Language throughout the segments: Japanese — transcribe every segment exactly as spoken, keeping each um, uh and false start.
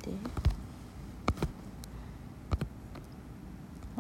て。あれ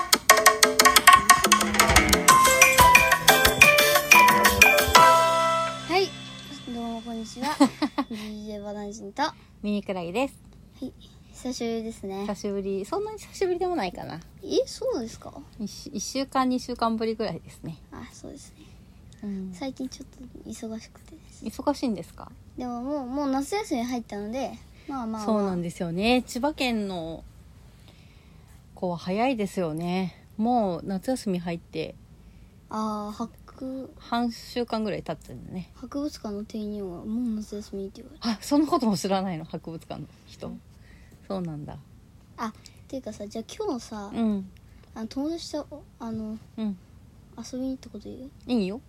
はい、どうもこんにちは。ジージェー バナジンと。はミニクラゲです。 い、久しぶりですね。 久しぶり。そんなに久しぶりでもないかな。 え、そうですか？ いっしゅうかんにしゅうかんぶりぐらいですね。 あ、そうですね。 うん、 最近ちょっと忙しくてです。 忙しいんですか？ でももうもう夏休み入ったので、まあまあ、まあ、 そうなんですよね。千葉県の子は早いですよね。もう夏休み入ってああ、博半週間ぐらい経ってるんだね。 博物館の店員にはもう夏休みって言われて。 あ、そんなことも知らないの？博物館の人、うん、そうなんだ。 あ、っていうかさ、じゃあ今日さ、 うん、 あの友達とあの、うん、遊びに行ったこと言う？ いいよ。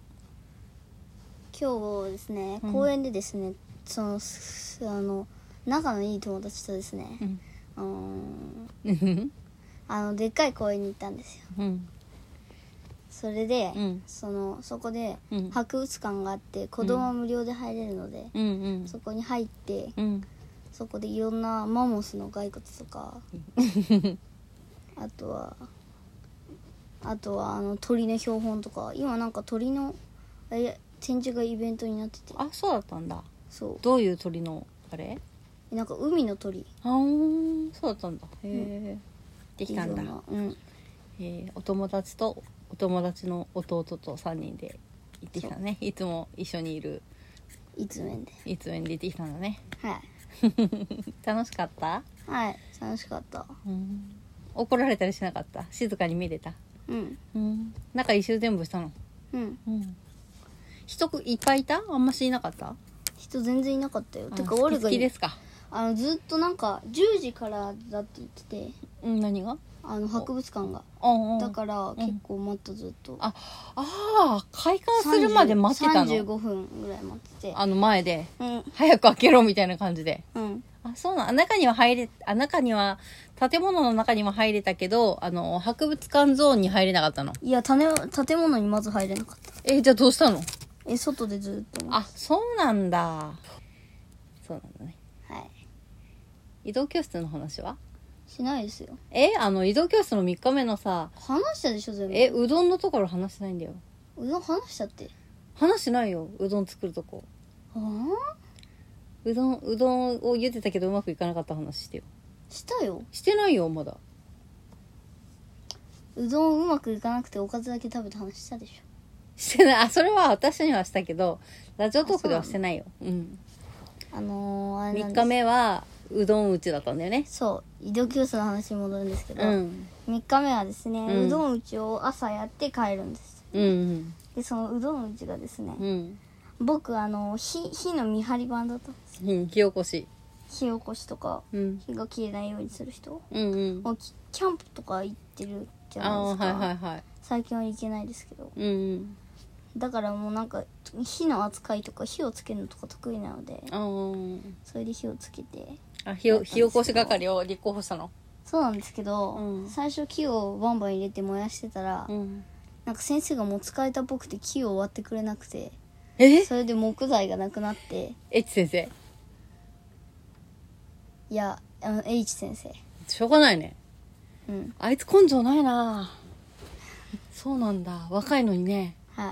今日ですね、 うん、 公園でですね、そのあの仲のいい友達とですね、うん、あのでっかい公園に行ったんですよ。うん、それで、うん、そのそこで博物館があって、子供は無料で入れるので、うん、そこに入って、うん、そこでいろんなマンモスの骸骨とかあとはあとはあの鳥の標本とか、今なんか鳥のあれ展示がイベントになってて。 あ、そうだったんだ。 そう。 どういう鳥のあれ？ なんか海の鳥。 あー、そうだったんだ。へえ、うん、できたんだ。うん。えー、お友達とお友達の弟とさんにんで行ってきたね。いつも一緒にいるいつめんでいつめんで行ってきたんだね。 はい楽しかった？ はい、楽しかった。 うん、怒られたりしなかった？静かに見れた？うん、うん、中一周全部したの？うん、うん、人いっぱいいた？あんましいなかった？ 人全然いなかったよ。てか俺が好きですか？あのずっとなんかじゅうじからだって言ってて。 うん、何が？ あの博物館が、だから結構待った、ずっと。 ああ、開館するまで待ってたの？ さんじゅうごふんぐらい待ってて、 あの前で、うん、早く開けろみたいな感じで。うん。あ、そうなん。中には入れ、あ、中には建物の中には入れたけど、あの博物館ゾーンに入れなかったの？いや、種建物にまず入れなかった。 え、じゃあどうしたの？ え、外でずっと。 あ、そうなんだ。そうなんだね。はい。移動教室の話はしないですよ。 え、あの移動教室のみっかめのさ、 話したでしょ全部。 え、うどんのところ話してないんだよ。 うどん話したって？ 話してないよ、うどん作るとこ。ああ、うどんうどんを茹でたけどうまくいかなかった話してよ。 したよ。 してないよ、まだ。 うどんうまくいかなくておかずだけ食べた話したでしょ。 してない。あ、それは私にはしたけどラジオトークではしてないよ。うん。あのー、あれなんです。みっかめはうどん打ちだったんだよね。 そう、移動教室の話に戻るんですけど、うん、みっかめはですね、うん、うどん打ちを朝やって帰るんです、うんうん、でそのうどん打ちがですね、うん、僕あの 火, 火の見張り番だったんですよ、 うん、火起こし火起こしとか、うん、火が消えないようにする人、うんうん、キャンプとか行ってるじゃないですか。あ、はいはいはい、最近は行けないですけど、うんうん、だからもうなんか火の扱いとか火をつけるのとか得意なので、それで火をつけて、 あ、火を火起こし係を立候補したの？ そうなんですけど、うん、最初木をバンバン入れて燃やしてたら、うん、なんか先生がもう疲れたっぽくて木を割ってくれなくて、え、それで木材がなくなって。 H 先生？ いや、あの H 先生。 しょうがないね、うん、あいつ根性ないな。そうなんだ、若いのにね。はい。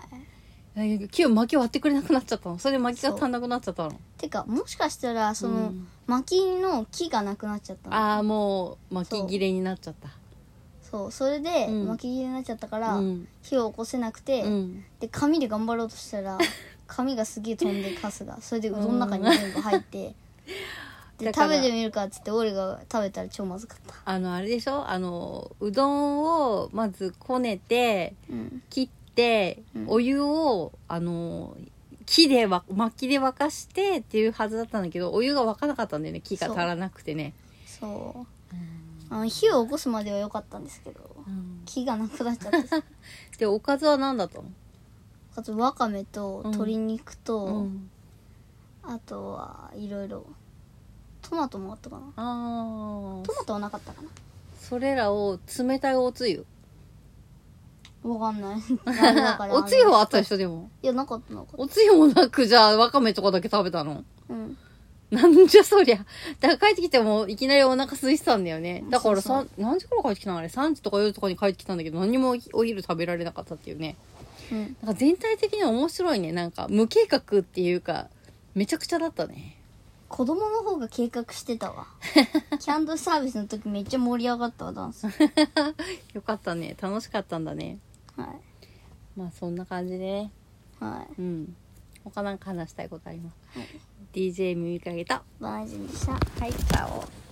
木を薪を割ってくれなくなっちゃったの？それで薪が足んなくなっちゃったの？ てかもしかしたらその、うん、薪の木がなくなっちゃったの。 ああ、もう薪切れになっちゃった。 そう、それで、うん、薪切れになっちゃったから、うん、火を起こせなくて、うん、で紙で頑張ろうとしたら紙がすげえ飛んでカスが、それでうどんの中に全部入ってで食べてみるかっつって俺が食べたら超まずかった。 あのあれでしょ、あのうどんをまずこねて、うん、切ってで、うん、お湯をあの木でわ薪で沸かしてっていうはずだったんだけど、お湯が沸かなかったんだよね、木が足らなくてね。そう、そう、あの火を起こすまでは良かったんですけど、うん、木がなくなっちゃってでおかずは何だったの？ おかずわかめと鶏肉と、うん、あとはいろいろトマトもあったかな。あ、トマトはなかったかな。 それらを冷たいおつゆ、 わかんないおつゆはあったでしょ？でもいや、なかったなかった。 おつゆもなく、じゃあわかめとかだけ食べたの？うん。 なんじゃそりゃ。だから帰ってきてもいきなりお腹空いてたんだよね。だからさ、そうそう何時頃帰ってきたのあれ ?さんじとかよじとかに帰ってきたんだけど、何もお昼食べられなかったっていうね。うん。なんか全体的には面白いね。なんか無計画っていうか、めちゃくちゃだったね。 子供の方が計画してたわ。キャンドルサービスの時めっちゃ盛り上がったわ、ダンス。 よかったね。楽しかったんだね。 はい。 まあそんな感じでね。 はい。 うん。他なんか話したいことあります。 はい。 ディージェー 耳かげとバージンでした。 はい、チャオ。